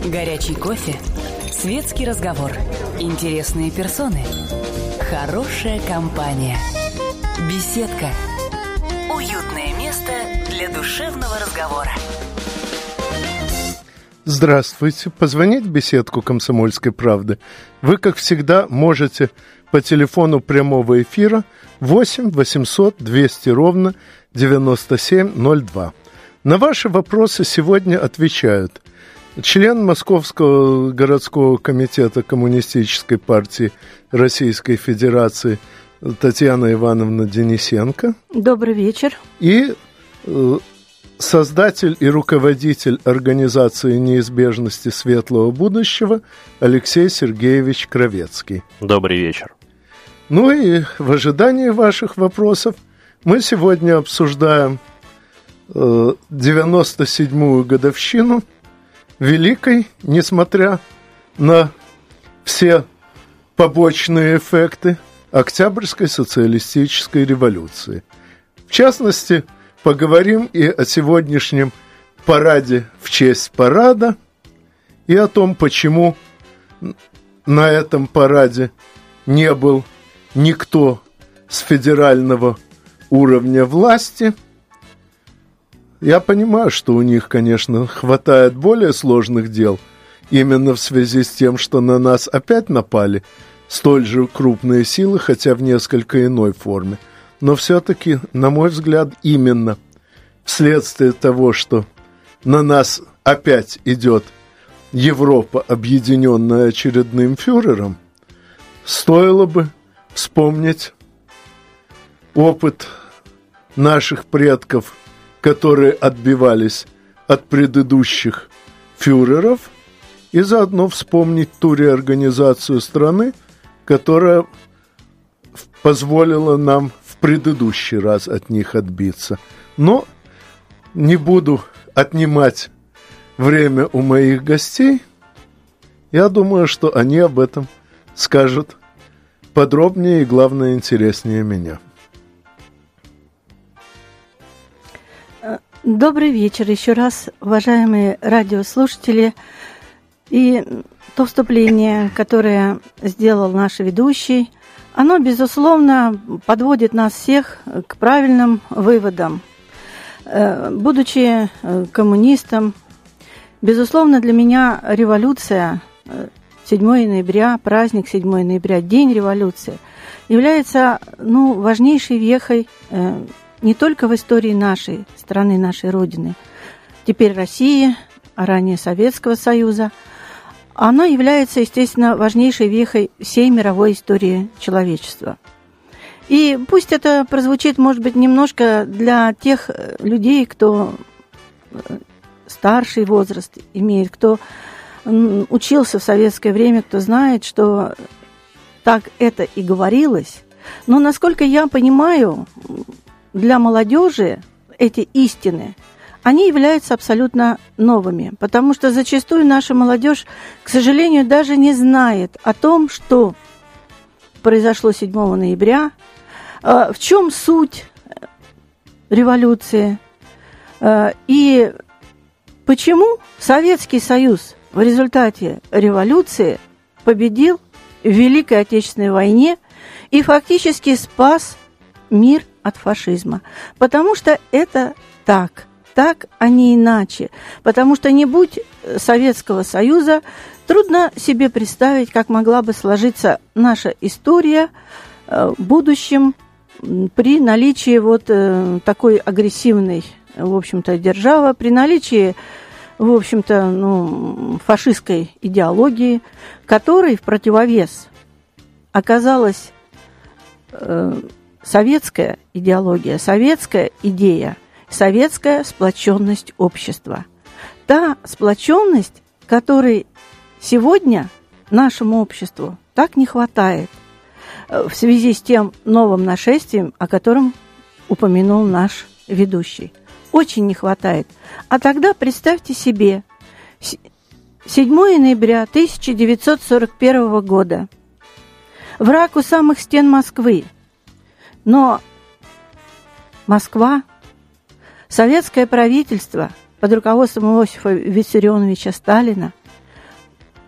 Горячий кофе, светский разговор, интересные персоны, хорошая компания, беседка, уютное место для душевного разговора. Здравствуйте. Позвонить в беседку «Комсомольской правды» вы, как всегда, можете по телефону прямого эфира 8 800 200 ровно 9702. На ваши вопросы сегодня отвечают член Московского городского комитета Коммунистической партии Российской Федерации Татьяна Ивановна Денисенко. Добрый вечер. И создатель и руководитель организации «Неизбежности светлого будущего» Алексей Сергеевич Кровецкий. Добрый вечер. Ну и в ожидании ваших вопросов мы сегодня обсуждаем 97-ю годовщину великой, несмотря на все побочные эффекты, Октябрьской социалистической революции. В частности, поговорим и о сегодняшнем параде в честь парада, и о том, почему на этом параде не был никто с федерального уровня власти. Я понимаю, что у них, конечно, хватает более сложных дел, именно в связи с тем, что на нас опять напали столь же крупные силы, хотя в несколько иной форме. Но все-таки, на мой взгляд, именно вследствие того, что на нас опять идет Европа, объединенная очередным фюрером, стоило бы вспомнить опыт наших предков, которые отбивались от предыдущих фюреров, и заодно вспомнить ту реорганизацию страны, которая позволила нам в предыдущий раз от них отбиться. Но не буду отнимать время у моих гостей. Я думаю, что они об этом скажут подробнее и, главное, интереснее меня. Добрый вечер еще раз, уважаемые радиослушатели. И то вступление, которое сделал наш ведущий, оно, безусловно, подводит нас всех к правильным выводам. Будучи коммунистом, безусловно, для меня революция, 7 ноября, праздник 7 ноября, День революции, является важнейшей вехой не только в истории нашей страны, нашей Родины, теперь России, а ранее Советского Союза. Она является, естественно, важнейшей вехой всей мировой истории человечества. И пусть это прозвучит, может быть, немножко для тех людей, кто старший возраст имеет, кто учился в советское время, кто знает, что так это и говорилось. Но, насколько я понимаю, для молодежи эти истины, они являются абсолютно новыми, потому что зачастую наша молодежь, к сожалению, даже не знает о том, что произошло 7 ноября, в чем суть революции и почему Советский Союз в результате революции победил в Великой Отечественной войне и фактически спас мир от фашизма. Потому что это так, а не иначе. Потому что не будь Советского Союза, трудно себе представить, как могла бы сложиться наша история в будущем при наличии такой агрессивной, в общем-то, державы, при наличии, в общем-то, фашистской идеологии, которой в противовес оказалась советская идеология, советская идея, советская сплоченность общества. Та сплоченность, которой сегодня нашему обществу так не хватает в связи с тем новым нашествием, о котором упомянул наш ведущий. Очень не хватает. А тогда представьте себе, 7 ноября 1941 года, враг у самых стен Москвы, но Москва, советское правительство под руководством Иосифа Виссарионовича Сталина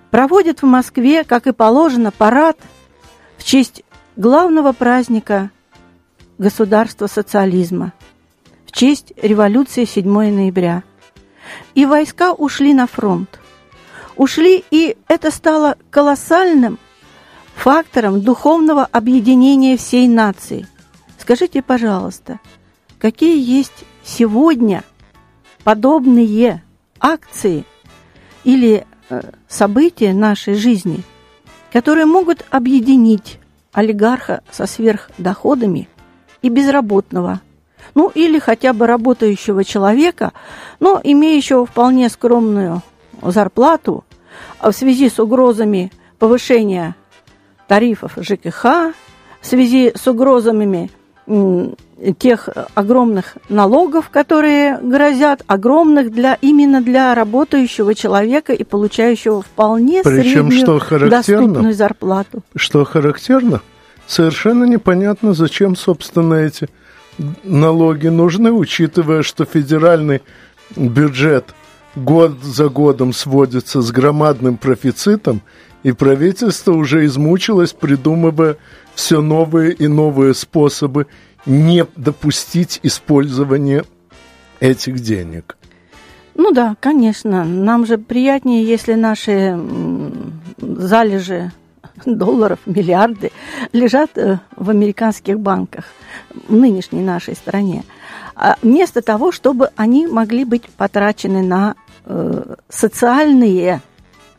проводит в Москве, как и положено, парад в честь главного праздника государства социализма, в честь революции 7 ноября. И войска ушли на фронт. Ушли, и это стало колоссальным фактором духовного объединения всей нации. Скажите, пожалуйста, какие есть сегодня подобные акции или события нашей жизни, которые могут объединить олигарха со сверхдоходами и безработного, ну или хотя бы работающего человека, но имеющего вполне скромную зарплату в связи с угрозами повышения тарифов ЖКХ, в связи с угрозами тех огромных налогов, которые грозят, огромных именно для работающего человека и получающего вполне среднюю доступную зарплату. Что характерно, совершенно непонятно, зачем, собственно, эти налоги нужны, учитывая, что федеральный бюджет год за годом сводится с громадным профицитом, и правительство уже измучилось, придумывая все новые и новые способы не допустить использования этих денег. Ну да, конечно. Нам же приятнее, если наши залежи долларов, миллиарды лежат в американских банках в нынешней нашей стране, вместо того, чтобы они могли быть потрачены на социальные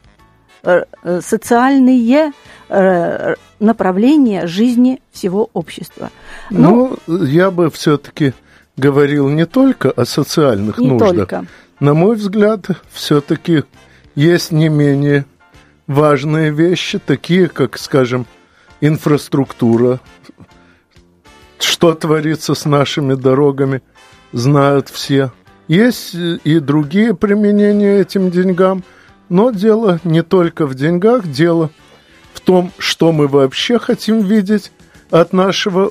направления жизни всего общества. Я бы все-таки говорил не только о социальных нуждах. Только. На мой взгляд, все-таки есть не менее важные вещи, такие как, скажем, инфраструктура. Что творится с нашими дорогами, знают все. Есть и другие применения этим деньгам, но дело не только в деньгах, дело в том, что мы вообще хотим видеть от нашей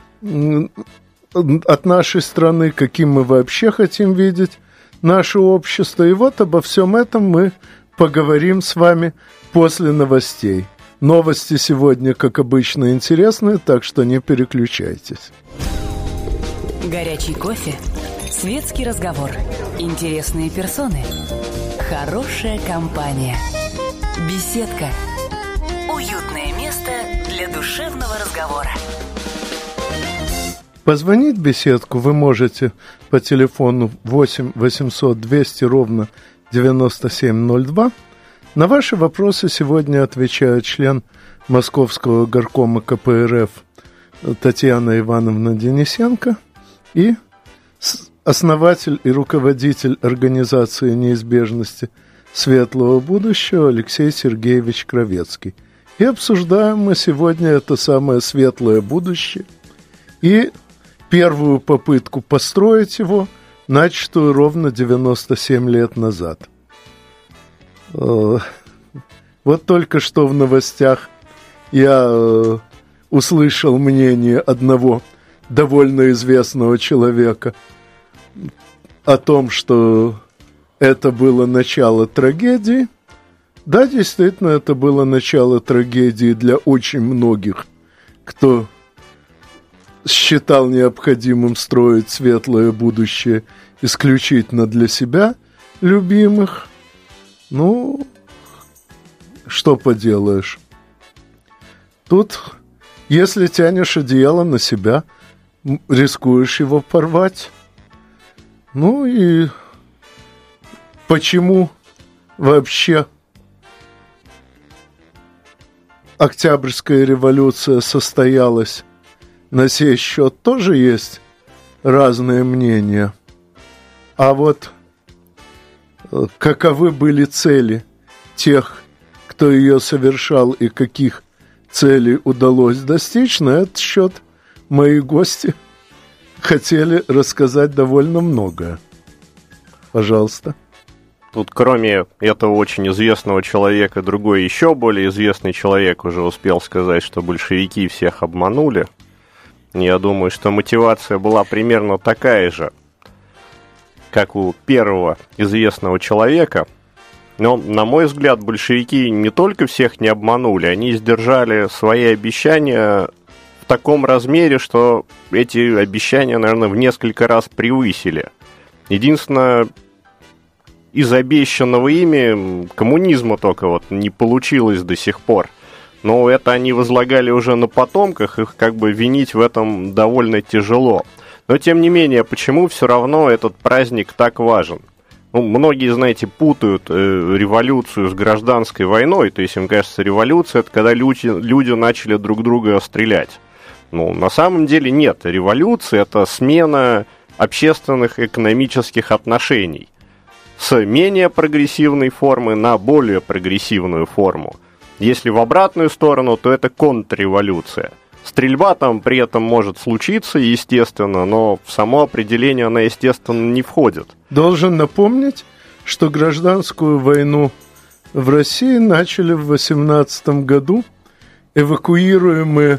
страны, каким мы вообще хотим видеть наше общество. И вот обо всем этом мы поговорим с вами после новостей. Новости сегодня, как обычно, интересные, так что не переключайтесь. Горячий кофе, светский разговор, интересные персоны, хорошая компания, беседка. Уютное место для душевного разговора. Позвонить в беседку вы можете по телефону 8 800 200 ровно 9702. На ваши вопросы сегодня отвечает член Московского горкома КПРФ Татьяна Ивановна Денисенко и основатель и руководитель организации неизбежности светлого будущего Алексей Сергеевич Кровецкий. И обсуждаем мы сегодня это самое светлое будущее и первую попытку построить его, начатую ровно 97 лет назад. Вот только что в новостях я услышал мнение одного довольно известного человека о том, что это было начало трагедии. Да, действительно, это было начало трагедии для очень многих, кто считал необходимым строить светлое будущее исключительно для себя любимых. Ну, что поделаешь. Тут, если тянешь одеяло на себя, рискуешь его порвать. Ну и почему вообще Октябрьская революция состоялась, на сей счет тоже есть разные мнения. А вот каковы были цели тех, кто ее совершал, и каких целей удалось достичь, на этот счет мои гости хотели рассказать довольно многое. Пожалуйста. Тут кроме этого очень известного человека, другой еще более известный человек уже успел сказать, что большевики всех обманули. Я думаю, что мотивация была примерно такая же, как у первого известного человека, Но, на мой взгляд, большевики не только всех не обманули, они сдержали свои обещания в таком размере, что эти обещания, наверное, в несколько раз превысили. Единственное, из обещанного ими коммунизма только вот не получилось до сих пор. Но это они возлагали уже на потомках, их как бы винить в этом довольно тяжело. Но, тем не менее, почему все равно этот праздник так важен? Ну, многие, знаете, путают революцию с гражданской войной. То есть им кажется, революция – это когда люди начали друг друга стрелять. Ну, на самом деле нет. Революция – это смена общественных и экономических отношений с менее прогрессивной формы на более прогрессивную форму. Если в обратную сторону, то это контрреволюция. Стрельба там при этом может случиться, естественно, но в само определение она, естественно, не входит. Должен напомнить, что гражданскую войну в России начали в 18 году эвакуируемые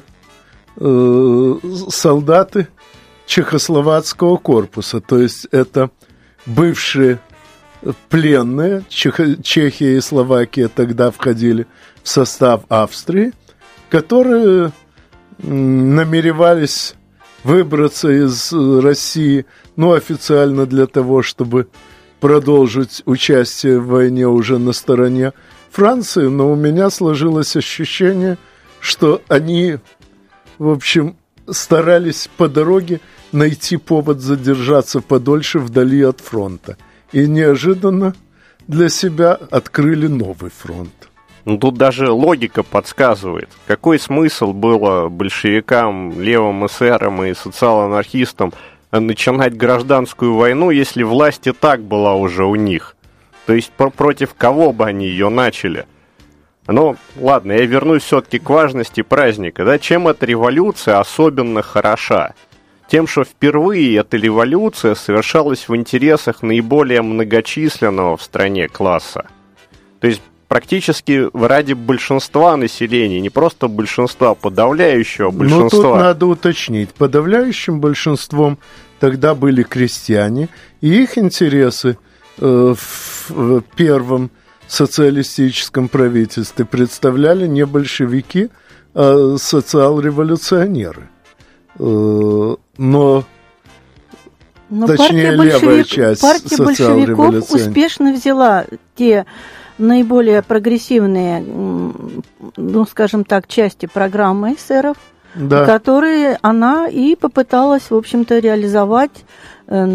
солдаты Чехословацкого корпуса. То есть это бывшие пленные, Чехия и Словакия тогда входили в состав Австрии, которые намеревались выбраться из России, ну, официально для того, чтобы продолжить участие в войне уже на стороне Франции, но у меня сложилось ощущение, что они, в общем, старались по дороге найти повод задержаться подольше вдали от фронта. И неожиданно для себя открыли новый фронт. Ну, тут даже логика подсказывает. Какой смысл было большевикам, левым эсерам и социал-анархистам начинать гражданскую войну, если власть и так была уже у них? То есть против кого бы они ее начали? Ну, ладно, я вернусь все-таки к важности праздника. Да? Чем эта революция особенно хороша? Тем, что впервые эта революция совершалась в интересах наиболее многочисленного в стране класса. То есть практически ради большинства населения, не просто большинства, а подавляющего большинства. Но тут надо уточнить. Подавляющим большинством тогда были крестьяне, и их интересы в первом социалистическом правительстве представляли не большевики, а социал-революционеры. Но точнее, левая часть партия большевиков успешно взяла те наиболее прогрессивные, ну, скажем так, части программы эсеров, да, которые она и попыталась, в общем-то, реализовать в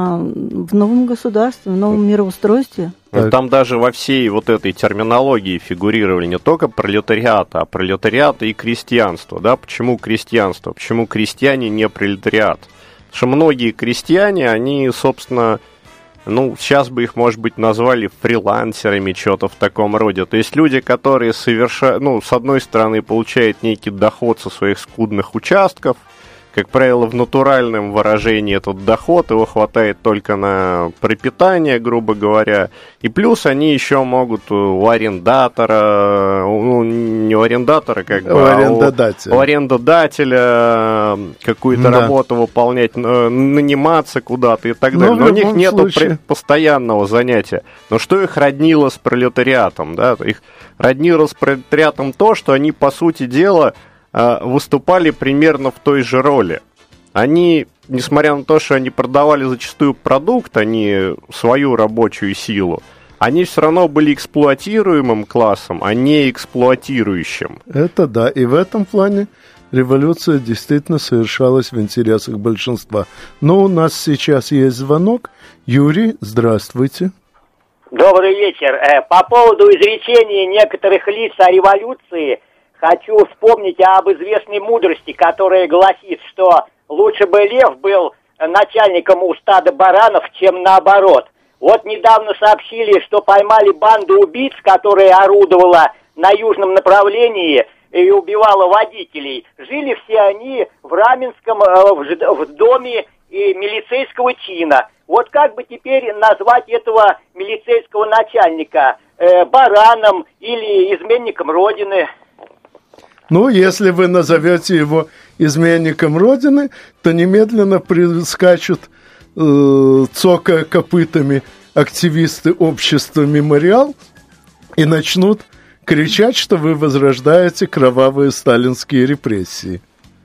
новом государстве, в новом мироустройстве. Там даже во всей вот этой терминологии фигурировали не только пролетариат, а пролетариат и крестьянство. Да? Почему крестьянство? Почему крестьяне не пролетариат? Потому что многие крестьяне, они, собственно, ну, сейчас бы их, может быть, назвали фрилансерами, что-то в таком роде. То есть люди, которые совершают, ну, с одной стороны, получают некий доход со своих скудных участков. Как правило, в натуральном выражении этот доход, его хватает только на пропитание, грубо говоря. И плюс они еще могут у арендатора, ну, не у арендатора, как бы, у арендодателя какую-то работу выполнять, наниматься куда-то и так далее. Но у них нет постоянного занятия. Но что их роднило с пролетариатом? Да? Их роднило с пролетариатом то, что они, по сути дела, выступали примерно в той же роли. Они, несмотря на то, что они продавали зачастую продукт, а не свою рабочую силу, они все равно были эксплуатируемым классом, а не эксплуатирующим. Это да, и в этом плане революция действительно совершалась в интересах большинства. Но у нас сейчас есть звонок. Юрий, здравствуйте. Добрый вечер. По поводу изречения некоторых лиц о революции хочу вспомнить об известной мудрости, которая гласит, что лучше бы лев был начальником у стада баранов, чем наоборот. Вот недавно сообщили, что поймали банду убийц, которая орудовала на южном направлении и убивала водителей. Жили все они в Раменском, в доме милицейского чина. Вот как бы теперь назвать этого милицейского начальника? Бараном или изменником Родины? Ну, если вы назовете его изменником Родины, то немедленно прискачут, цокая копытами, активисты общества «Мемориал» и начнут кричать, что вы возрождаете кровавые сталинские репрессии.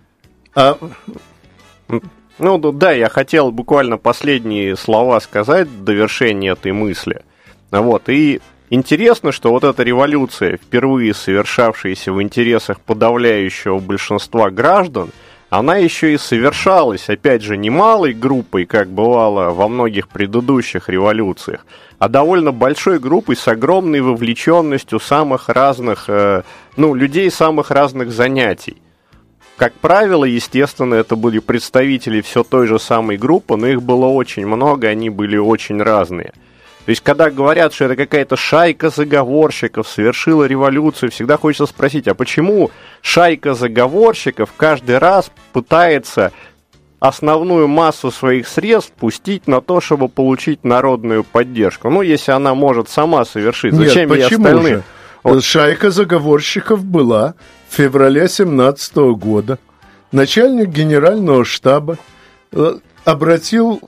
Ну да, я хотел буквально последние слова сказать в довершение этой мысли. Вот, и интересно, что вот эта революция, впервые совершавшаяся в интересах подавляющего большинства граждан, она еще и совершалась, опять же, не малой группой, как бывало во многих предыдущих революциях, а довольно большой группой с огромной вовлеченностью самых разных, людей самых разных занятий. Как правило, естественно, это были представители все той же самой группы, но их было очень много, они были очень разные. То есть, когда говорят, что это какая-то шайка заговорщиков совершила революцию, всегда хочется спросить, а почему шайка заговорщиков каждый раз пытается основную массу своих средств пустить на то, чтобы получить народную поддержку? Ну, если она может сама совершить, зачем ей остальные? Же? Вот. Шайка заговорщиков была в феврале 2017 года. Начальник генерального штаба обратил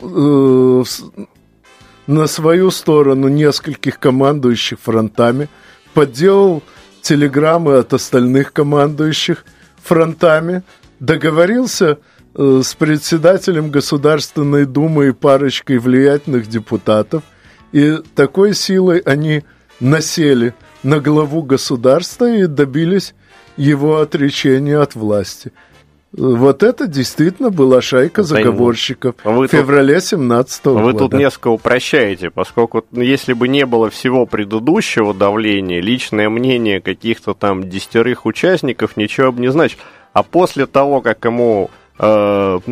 на свою сторону нескольких командующих фронтами, подделал телеграммы от остальных командующих фронтами, договорился с председателем Государственной Думы и парочкой влиятельных депутатов, и такой силой они насели на главу государства и добились его отречения от власти. Вот это действительно была шайка заговорщиков в феврале 2017 года. Вы тут несколько упрощаете, поскольку если бы не было всего предыдущего давления, личное мнение каких-то там 10 участников ничего бы не значит. А после того, как ему царю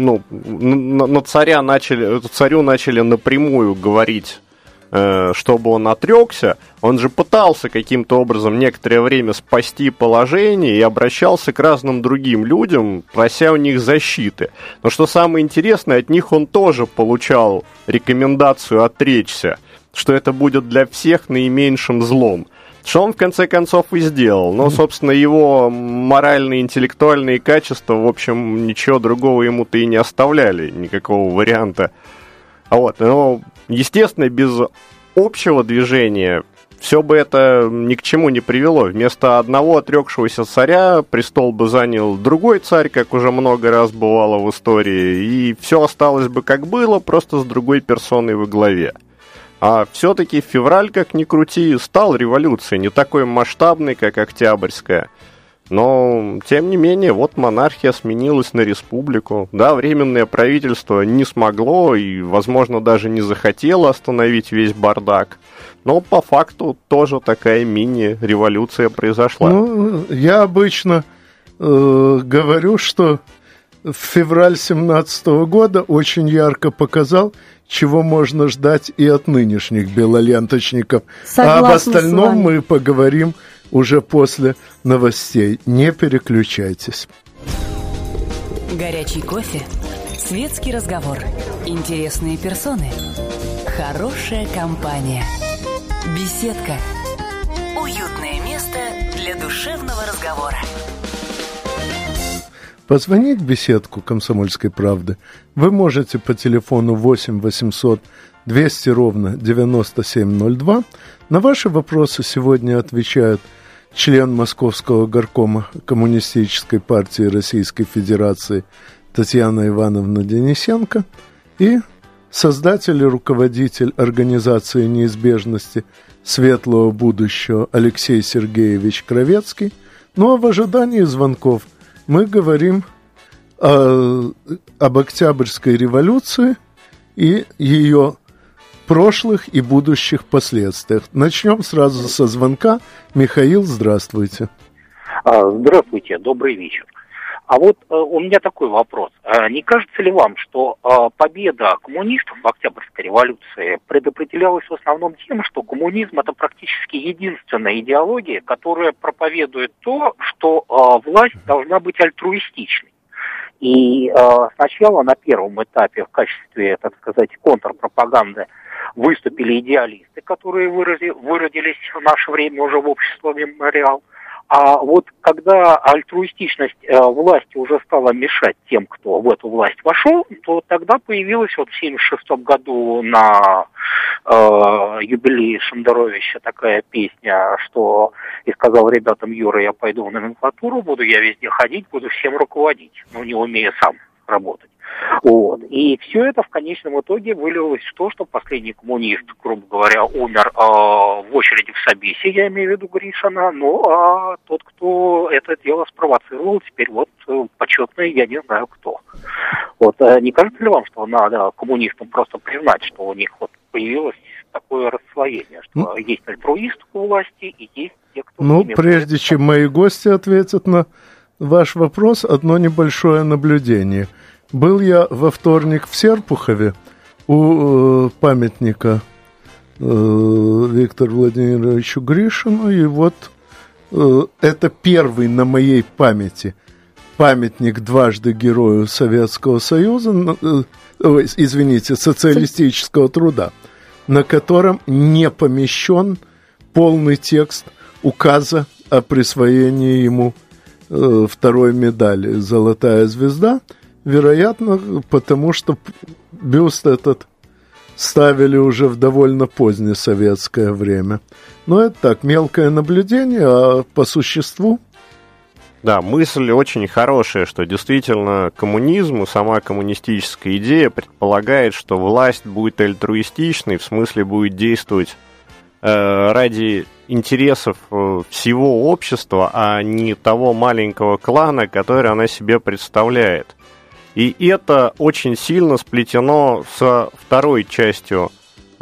начали напрямую говорить, чтобы он отрекся, он же пытался каким-то образом некоторое время спасти положение и обращался к разным другим людям, прося у них защиты. Но что самое интересное, от них он тоже получал рекомендацию отречься, что это будет для всех наименьшим злом. Что он в конце концов и сделал. Но, собственно, его моральные, интеллектуальные качества, в общем, ничего другого ему-то и не оставляли, никакого варианта. Но, естественно, без общего движения все бы это ни к чему не привело. Вместо одного отрекшегося царя престол бы занял другой царь, как уже много раз бывало в истории, и все осталось бы как было, просто с другой персоной во главе. А все-таки февраль, как ни крути, стал революцией, не такой масштабной, как Октябрьская. Но, тем не менее, вот монархия сменилась на республику. Да, временное правительство не смогло и, возможно, даже не захотело остановить весь бардак. Но, по факту, тоже такая мини-революция произошла. Я обычно говорю, что февраль 2017 года очень ярко показал, чего можно ждать и от нынешних белоленточников. Согласна, а об остальном мы поговорим уже после новостей. Не переключайтесь. Горячий кофе, светский разговор, интересные персоны, хорошая компания, беседка, уютное место для душевного разговора. Позвонить в беседку «Комсомольской правды» вы можете по телефону 8 800 200 ровно 9702. На ваши вопросы сегодня отвечают член Московского горкома Коммунистической партии Российской Федерации Татьяна Ивановна Денисенко и создатель и руководитель организации неизбежности светлого будущего Алексей Сергеевич Кровецкий. Ну а в ожидании звонков мы говорим об Октябрьской революции и ее прошлых и будущих последствиях. Начнем сразу со звонка. Михаил, здравствуйте. Здравствуйте, добрый вечер. А вот у меня такой вопрос. Не кажется ли вам, что победа коммунистов в Октябрьской революции предопределялась в основном тем, что коммунизм – это практически единственная идеология, которая проповедует то, что власть должна быть альтруистичной? И сначала на первом этапе в качестве, так сказать, контрпропаганды выступили идеалисты, которые выродились в наше время уже в общество «Мемориал». А вот когда альтруистичность власти уже стала мешать тем, кто в эту власть вошел, то тогда появилась вот в 1976 году на юбилее Шендеровича такая песня, что и сказал ребятам: Юра, я пойду в номенклатуру, буду я везде ходить, буду всем руководить, но не умея сам работать. Вот. И все это в конечном итоге вылилось в то, что последний коммунист, грубо говоря, умер в очереди в Собесе, я имею в виду Гришина, ну а тот, кто это дело спровоцировал, теперь вот почетный, я не знаю кто. Вот. Не кажется ли вам, что надо коммунистам просто признать, что у них вот появилось такое расслоение, что есть альтруисты у власти и есть те, кто... Ну, прежде чем мои гости ответят на ваш вопрос, одно небольшое наблюдение. Был я во вторник в Серпухове у памятника Виктору Владимировичу Гришину, и вот это первый на моей памяти памятник дважды Герою Советского Союза, социалистического труда, на котором не помещен полный текст указа о присвоении ему второй медали «Золотая звезда». Вероятно, потому что бюст этот ставили уже в довольно позднее советское время. Но это так, мелкое наблюдение, а по существу... Да, мысль очень хорошая, что действительно коммунизм и сама коммунистическая идея предполагает, что власть будет альтруистичной, в смысле будет действовать ради интересов всего общества, а не того маленького клана, который она себе представляет. И это очень сильно сплетено со второй частью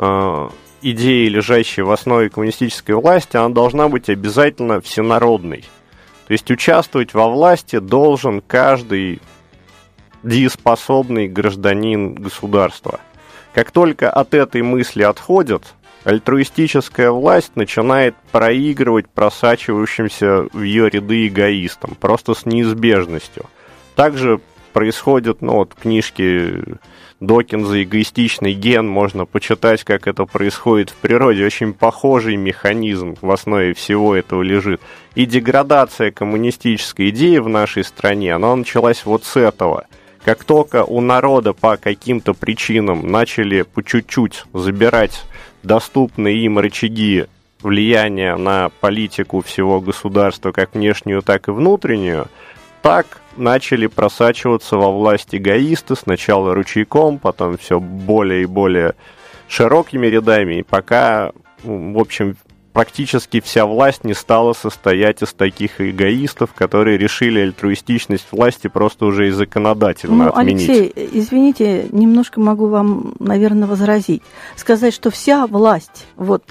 идеи, лежащей в основе коммунистической власти. Она должна быть обязательно всенародной. То есть участвовать во власти должен каждый дееспособный гражданин государства. Как только от этой мысли отходят, альтруистическая власть начинает проигрывать просачивающимся в ее ряды эгоистам, просто с неизбежностью. Также происходит, в книжке Докинза «Эгоистичный ген», можно почитать, как это происходит в природе. Очень похожий механизм в основе всего этого лежит. И деградация коммунистической идеи в нашей стране, она началась вот с этого. Как только у народа по каким-то причинам начали по чуть-чуть забирать доступные им рычаги влияния на политику всего государства, как внешнюю, так и внутреннюю, так начали просачиваться во власть эгоисты, сначала ручейком, потом все более и более широкими рядами, и пока, в общем, практически вся власть не стала состоять из таких эгоистов, которые решили альтруистичность власти просто уже и законодательно отменить. Алексей, извините, немножко могу вам, наверное, возразить. Сказать, что вся власть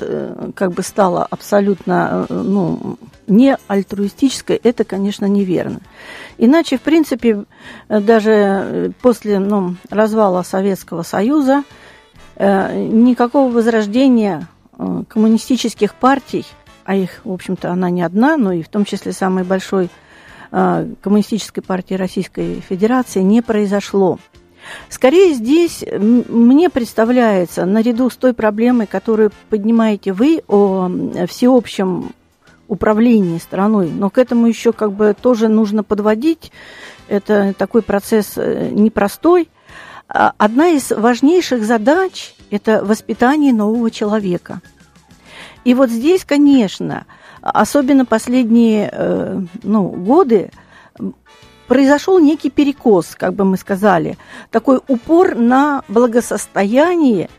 стала абсолютно, не альтруистической, это, конечно, неверно. Иначе, в принципе, даже после развала Советского Союза никакого возрождения коммунистических партий, а их, в общем-то, она не одна, но и в том числе самой большой коммунистической партии Российской Федерации, не произошло. Скорее здесь мне представляется, наряду с той проблемой, которую поднимаете вы, о всеобщем управлении страной, но к этому еще тоже нужно подводить, это такой процесс непростой. Одна из важнейших задач – это воспитание нового человека. И вот здесь, конечно, особенно последние годы, произошел некий перекос, как бы мы сказали, такой упор на благосостояние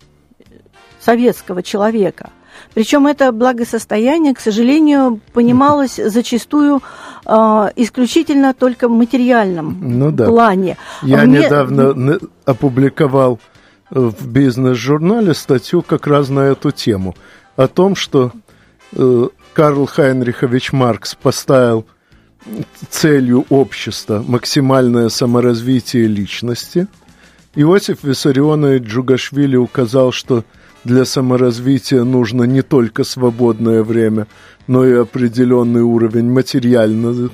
советского человека. Причем это благосостояние, к сожалению, понималось зачастую исключительно только в материальном плане. Я недавно опубликовал в бизнес-журнале статью как раз на эту тему. О том, что Карл Хайнрихович Маркс поставил целью общества максимальное саморазвитие личности. Иосиф Виссарионович Джугашвили указал, что для саморазвития нужно не только свободное время, но и определенный уровень материального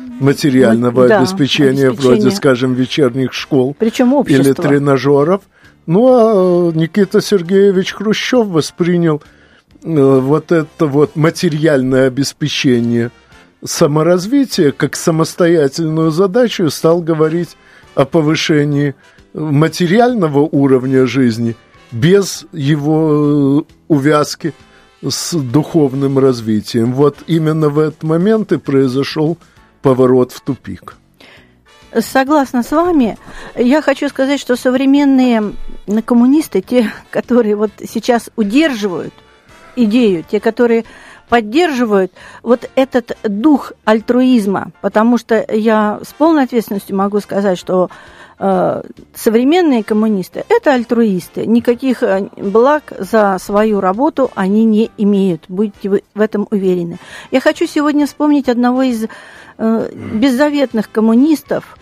обеспечения, вроде, скажем, вечерних школ или тренажеров. Ну, а Никита Сергеевич Хрущев воспринял вот это материальное обеспечение саморазвитие как самостоятельную задачу и стал говорить о повышении материального уровня жизни без его увязки с духовным развитием. Вот именно в этот момент и произошел поворот в тупик. Согласна с вами. Я хочу сказать, что современные коммунисты, те, которые вот сейчас удерживают идею, те, которые поддерживают вот этот дух альтруизма, потому что я с полной ответственностью могу сказать, что современные коммунисты – это альтруисты. Никаких благ за свою работу они не имеют. Будьте вы в этом уверены. Я хочу сегодня вспомнить одного из беззаветных коммунистов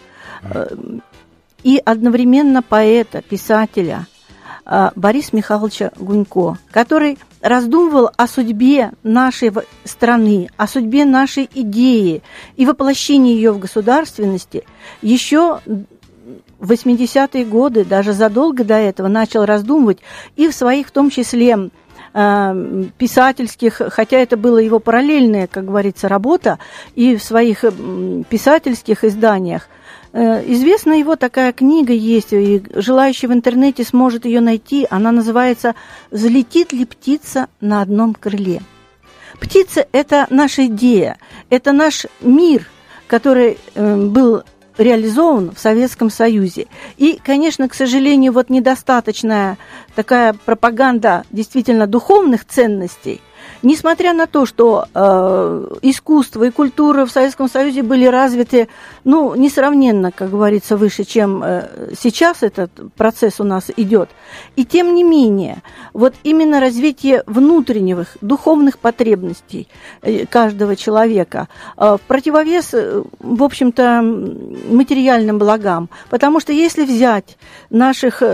и одновременно поэта, писателя Бориса Михайловича Гунько, который раздумывал о судьбе нашей страны, о судьбе нашей идеи и воплощении ее в государственности еще в 80-е годы, даже задолго до этого, начал раздумывать и в своих, в том числе, писательских, хотя это была его параллельная, как говорится, работа, и в своих писательских изданиях. Известна его такая книга есть, и желающий в интернете сможет ее найти. Она называется «Взлетит ли птица на одном крыле?». Птица – это наша идея, это наш мир, который был реализован в Советском Союзе. И, конечно, к сожалению, вот недостаточная такая пропаганда действительно духовных ценностей, несмотря на то, что искусство и культура в Советском Союзе были развиты, ну, несравненно, как говорится, выше, чем сейчас этот процесс у нас идет. И тем не менее, вот именно развитие внутренних духовных потребностей каждого человека в противовес, в общем-то, материальным благам. Потому что если взять наших,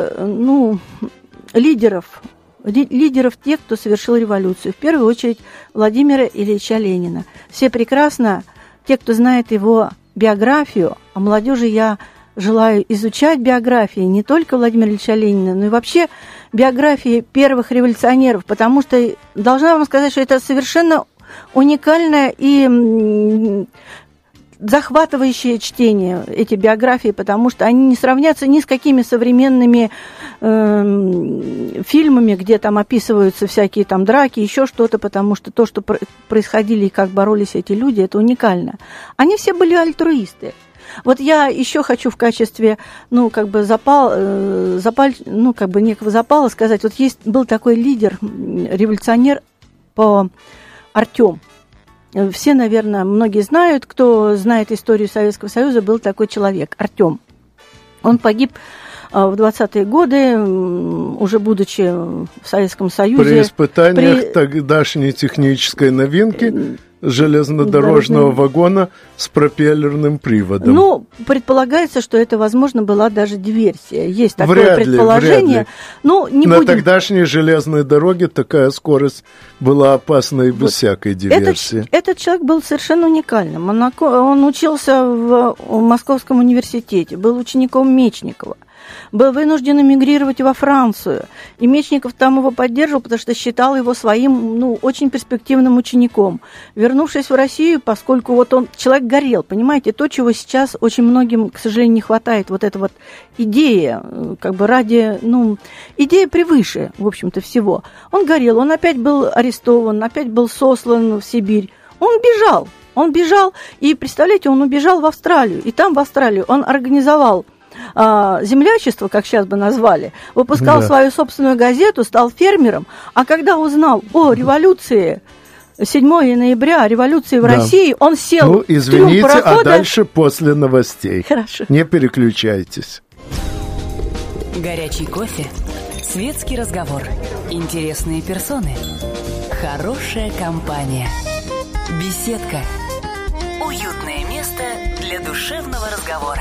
лидеров тех, кто совершил революцию. В первую очередь Владимира Ильича Ленина. Все прекрасно, те, кто знает его биографию, а молодежи я желаю изучать биографии не только Владимира Ильича Ленина, но и вообще биографии первых революционеров, потому что должна вам сказать, что это совершенно уникальное и захватывающее чтение, эти биографии, потому что они не сравнятся ни с какими современными фильмами, где там описываются всякие там драки, еще что-то, потому что то, что происходили и как боролись эти люди, это уникально. Они все были альтруисты. Вот я еще хочу в качестве, некого запала сказать, вот был такой лидер, революционер по Артем. Все, наверное, многие знают, кто знает историю Советского Союза, был такой человек, Артем. Он погиб в 20-е годы, уже будучи в Советском Союзе. При испытаниях тогдашней технической новинки железнодорожного вагона с пропеллерным приводом. Предполагается, что это, возможно, была даже диверсия. Есть такое предположение. Вряд ли. На тогдашней железной дороге такая скорость была опасна и без всякой диверсии. Этот человек был совершенно уникальным. Он учился в Московском университете, был учеником Мечникова. Был вынужден эмигрировать во Францию. И Мечников там его поддерживал, потому что считал его своим, очень перспективным учеником. Вернувшись в Россию, поскольку человек горел, понимаете, то, чего сейчас очень многим, к сожалению, не хватает, вот эта вот идея, идея превыше, в общем-то, всего. Он горел, он опять был арестован, опять был сослан в Сибирь. Он бежал, и, представляете, он убежал в Австралию, и там в Австралии он организовал землячество, как сейчас бы назвали, выпускал свою собственную газету, стал фермером, а когда узнал о революции 7 ноября, революции в России, он сел в трюм парохода. А дальше после новостей. Хорошо. Не переключайтесь. Горячий кофе, светский разговор, интересные персоны, хорошая компания, беседка, уютное место для душевного разговора.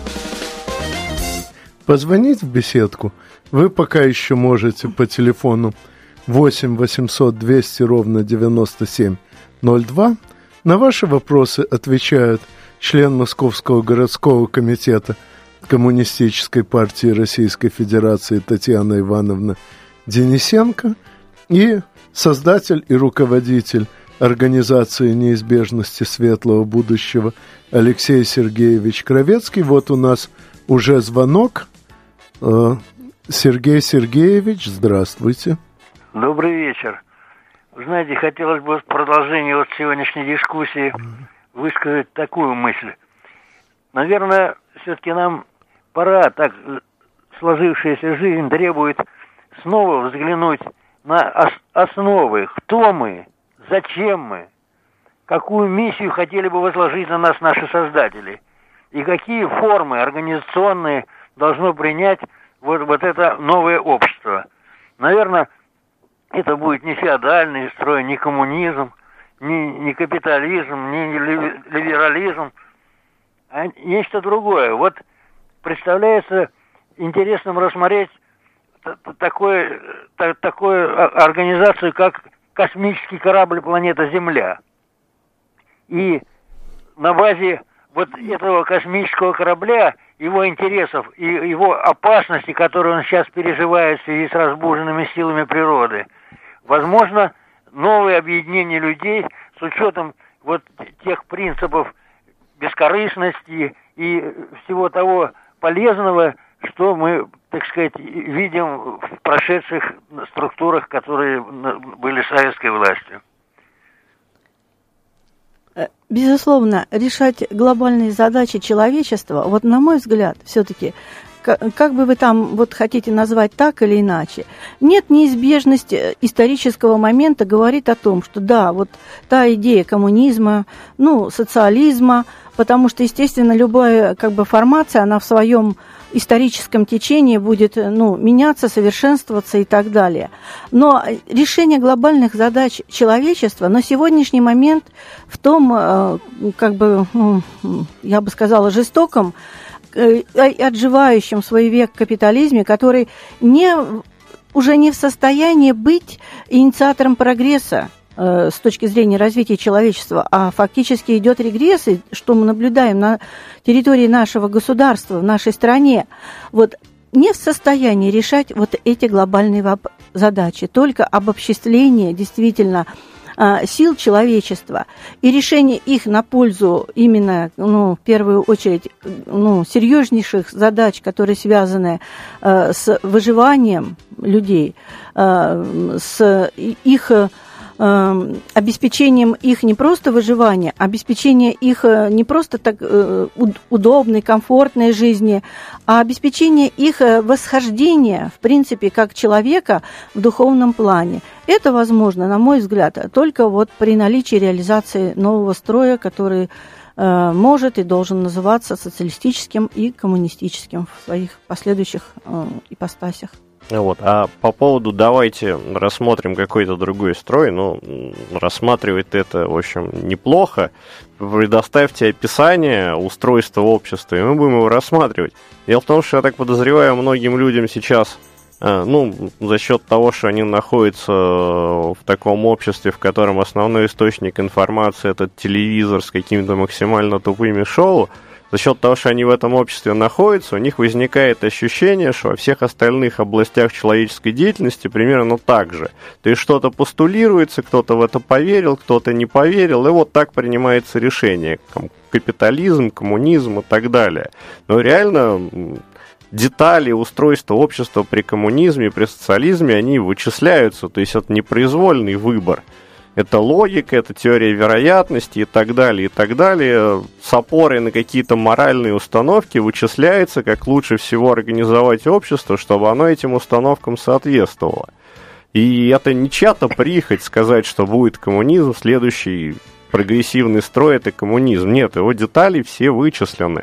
Позвонить в беседку вы пока еще можете по телефону 8 800 200 ровно 9702. На ваши вопросы отвечают член Московского городского комитета Коммунистической партии Российской Федерации Татьяна Ивановна Денисенко и создатель и руководитель Организации неизбежности светлого будущего Алексей Сергеевич Кравецкий. Вот у нас уже звонок. Сергей Сергеевич, здравствуйте. Добрый вечер. Вы знаете, хотелось бы в продолжении вот сегодняшней дискуссии высказать такую мысль. Наверное, все-таки нам пора, так сложившаяся жизнь требует снова взглянуть на основы, кто мы, зачем мы, какую миссию хотели бы возложить на нас наши создатели, и какие формы организационные должно принять вот это новое общество. Наверное, это будет не феодальный строй, не коммунизм, не капитализм, не либерализм, а нечто другое. Вот представляется интересным рассмотреть такую организацию, как космический корабль «Планета Земля». И на базе вот этого космического корабля, его интересов и его опасности, которые он сейчас переживает в связи с разбуженными силами природы, возможно, новое объединение людей с учетом вот тех принципов бескорыстности и всего того полезного, что мы, так сказать, видим в прошедших структурах, которые были советской властью. Безусловно, решать глобальные задачи человечества, вот на мой взгляд, все-таки, как бы вы там вот хотите назвать так или иначе, нет неизбежности исторического момента говорит о том, что да, вот та идея коммунизма, социализма, потому что, естественно, любая как бы формация, она в своем историческом течении будет меняться, совершенствоваться и так далее. Но решение глобальных задач человечества на сегодняшний момент в том, я бы сказала, жестоком, отживающем свой век капитализме, который уже не в состоянии быть инициатором прогресса с точки зрения развития человечества, а фактически идет регресс, и что мы наблюдаем на территории нашего государства, в нашей стране, вот не в состоянии решать вот эти глобальные задачи, только обобществление действительно сил человечества и решение их на пользу именно, в первую очередь, серьезнейших задач, которые связаны с выживанием людей, с их обеспечением их не просто выживания, а обеспечение их не просто так удобной, комфортной жизни, а обеспечение их восхождения, в принципе, как человека в духовном плане. Это возможно, на мой взгляд, только вот при наличии реализации нового строя, который может и должен называться социалистическим и коммунистическим в своих последующих ипостасях. Вот. А по поводу давайте рассмотрим какой-то другой строй, рассматривать это, в общем, неплохо. Предоставьте описание устройства общества, и мы будем его рассматривать. Дело в том, что я так подозреваю, многим людям сейчас, за счет того, что они находятся в таком обществе, в котором основной источник информации — это телевизор с какими-то максимально тупыми шоу, за счет того, что они в этом обществе находятся, у них возникает ощущение, что во всех остальных областях человеческой деятельности примерно так же. То есть что-то постулируется, кто-то в это поверил, кто-то не поверил, и вот так принимается решение. Капитализм, коммунизм и так далее. Но реально детали устройства общества при коммунизме, при социализме, они вычисляются, то есть это непроизвольный выбор. Это логика, это теория вероятности и так далее, и так далее. С опорой на какие-то моральные установки вычисляется, как лучше всего организовать общество, чтобы оно этим установкам соответствовало. И это не чья-то прихоть сказать, что будет коммунизм, следующий прогрессивный строй — это коммунизм. Нет, его детали все вычислены.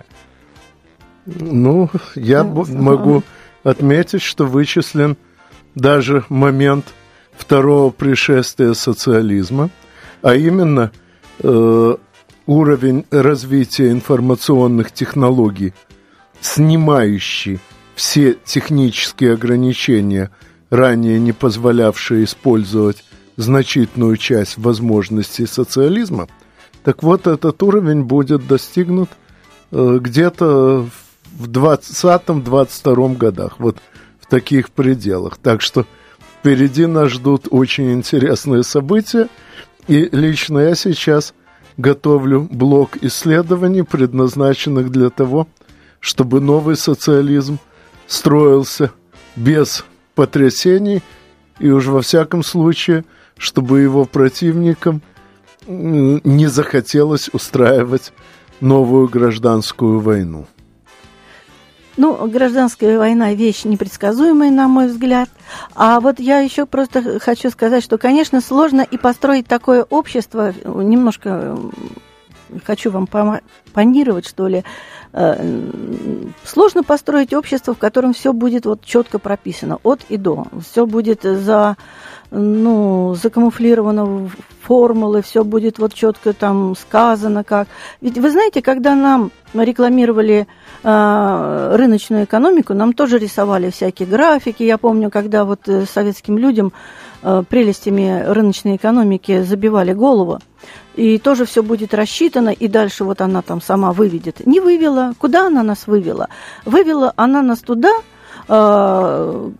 Я могу отметить, что вычислен даже момент второго пришествия социализма, а именно уровень развития информационных технологий, снимающий все технические ограничения, ранее не позволявшие использовать значительную часть возможностей социализма. Так вот, этот уровень будет достигнут где-то в 2020-2022 годах, вот в таких пределах. Так что впереди нас ждут очень интересные события, И лично я сейчас готовлю блок исследований, предназначенных для того, чтобы новый социализм строился без потрясений, и уж во всяком случае, чтобы его противникам не захотелось устраивать новую гражданскую войну. Ну, гражданская война – вещь непредсказуемая, на мой взгляд. А вот я еще просто хочу сказать, что, конечно, сложно и построить такое общество, немножко хочу вам панировать, что ли, сложно построить общество, в котором все будет вот четко прописано, от и до. Все будет закамуфлировано в формулы, все будет вот четко там сказано как. Ведь вы знаете, когда нам рекламировали рыночную экономику, нам тоже рисовали всякие графики. Я помню, когда вот советским людям прелестями рыночной экономики забивали голову, и тоже все будет рассчитано, и дальше вот она там сама выведет. Не вывела. Куда она нас вывела? Вывела она нас туда, в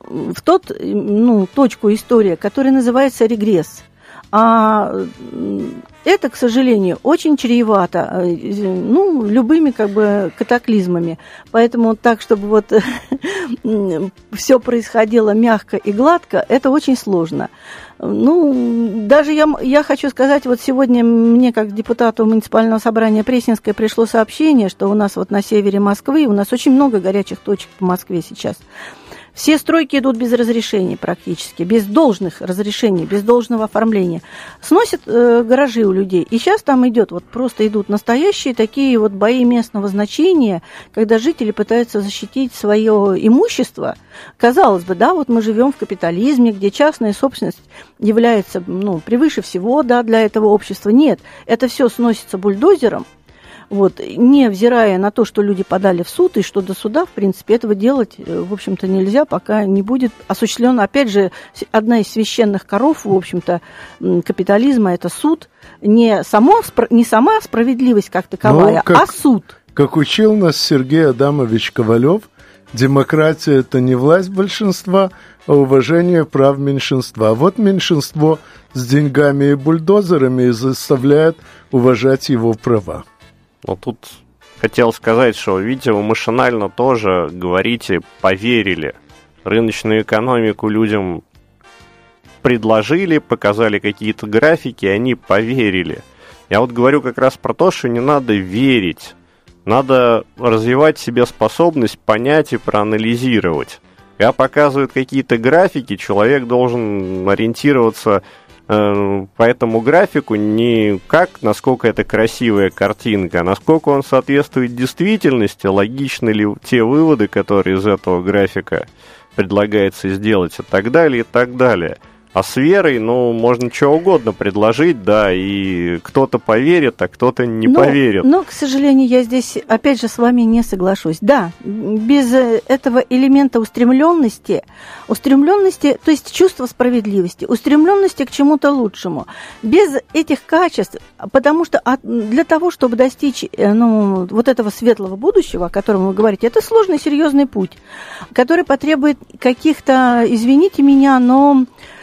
точку истории, которая называется регресс. А это, к сожалению, очень чревато, любыми катаклизмами. Поэтому так, чтобы вот все происходило мягко и гладко, это очень сложно. Даже я хочу сказать, вот сегодня мне, как депутату муниципального собрания Пресненское, пришло сообщение, что у нас вот на севере Москвы, у нас очень много горячих точек по Москве сейчас. Все стройки идут без разрешений практически, без должных разрешений, без должного оформления. Сносят гаражи у людей. И сейчас там просто идут настоящие такие вот бои местного значения, когда жители пытаются защитить свое имущество. Казалось бы, да, вот мы живем в капитализме, где частная собственность является, превыше всего, да, для этого общества. Нет, это все сносится бульдозером. Вот, невзирая на то, что люди подали в суд, и что до суда, в принципе, этого делать, в общем-то, нельзя, пока не будет осуществлена, опять же, одна из священных коров, в общем-то, капитализма – это суд, не сама справедливость как таковая, а суд. Как учил нас Сергей Адамович Ковалев, демократия – это не власть большинства, а уважение прав меньшинства. Вот меньшинство с деньгами и бульдозерами и заставляет уважать его права. Но тут хотел сказать, что, видите, вы машинально тоже говорите «поверили». Рыночную экономику людям предложили, показали какие-то графики, и они поверили. Я вот говорю как раз про то, что не надо верить. Надо развивать в себе способность понять и проанализировать. Когда показывают какие-то графики, человек должен ориентироваться по этому графику не как, насколько это красивая картинка, а насколько он соответствует действительности, логичны ли те выводы, которые из этого графика предлагается сделать, и так далее, и так далее. А с верой, можно что угодно предложить, да, и кто-то поверит, а кто-то не поверит. Но, к сожалению, я здесь, опять же, с вами не соглашусь. Да, без этого элемента устремленности, то есть чувства справедливости, устремленности к чему-то лучшему, без этих качеств, потому что для того, чтобы достичь вот этого светлого будущего, о котором вы говорите, это сложный, серьезный путь, который потребует каких-то, извините меня, но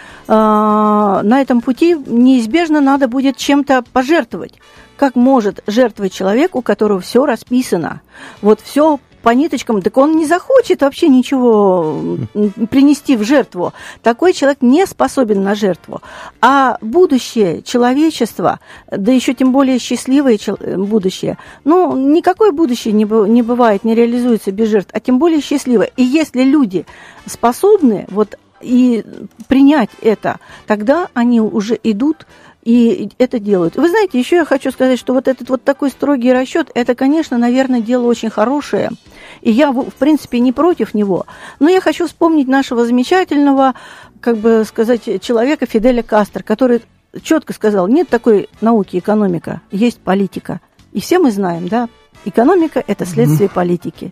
на этом пути неизбежно надо будет чем-то пожертвовать. Как может жертвовать человек, у которого все расписано? Вот все по ниточкам, так он не захочет вообще ничего принести в жертву. Такой человек не способен на жертву. А будущее человечества, да еще тем более счастливое будущее, никакое будущее не бывает, не реализуется без жертв, а тем более счастливое. И если люди способны и принять это, тогда они уже идут и это делают. Вы знаете, еще я хочу сказать, что вот этот вот такой строгий расчет, это, конечно, наверное, дело очень хорошее, и я, в принципе, не против него. Но я хочу вспомнить нашего замечательного, человека Фиделя Кастро, который четко сказал, нет такой науки экономика, есть политика. И все мы знаем, да, экономика – это следствие политики.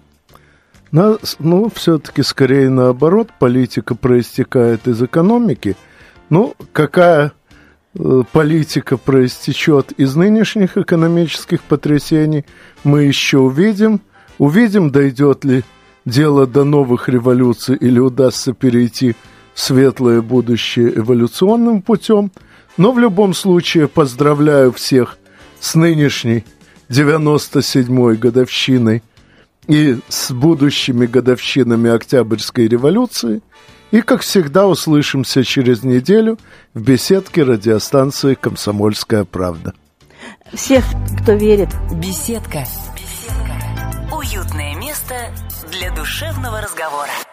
Все-таки скорее наоборот, политика проистекает из экономики. Какая политика проистечет из нынешних экономических потрясений, мы еще увидим. Увидим, дойдет ли дело до новых революций или удастся перейти в светлое будущее эволюционным путем. Но в любом случае поздравляю всех с нынешней 97-й годовщиной и с будущими годовщинами Октябрьской революции. И, как всегда, услышимся через неделю в беседке радиостанции «Комсомольская правда». Всех, кто верит. Беседка. Уютное место для душевного разговора.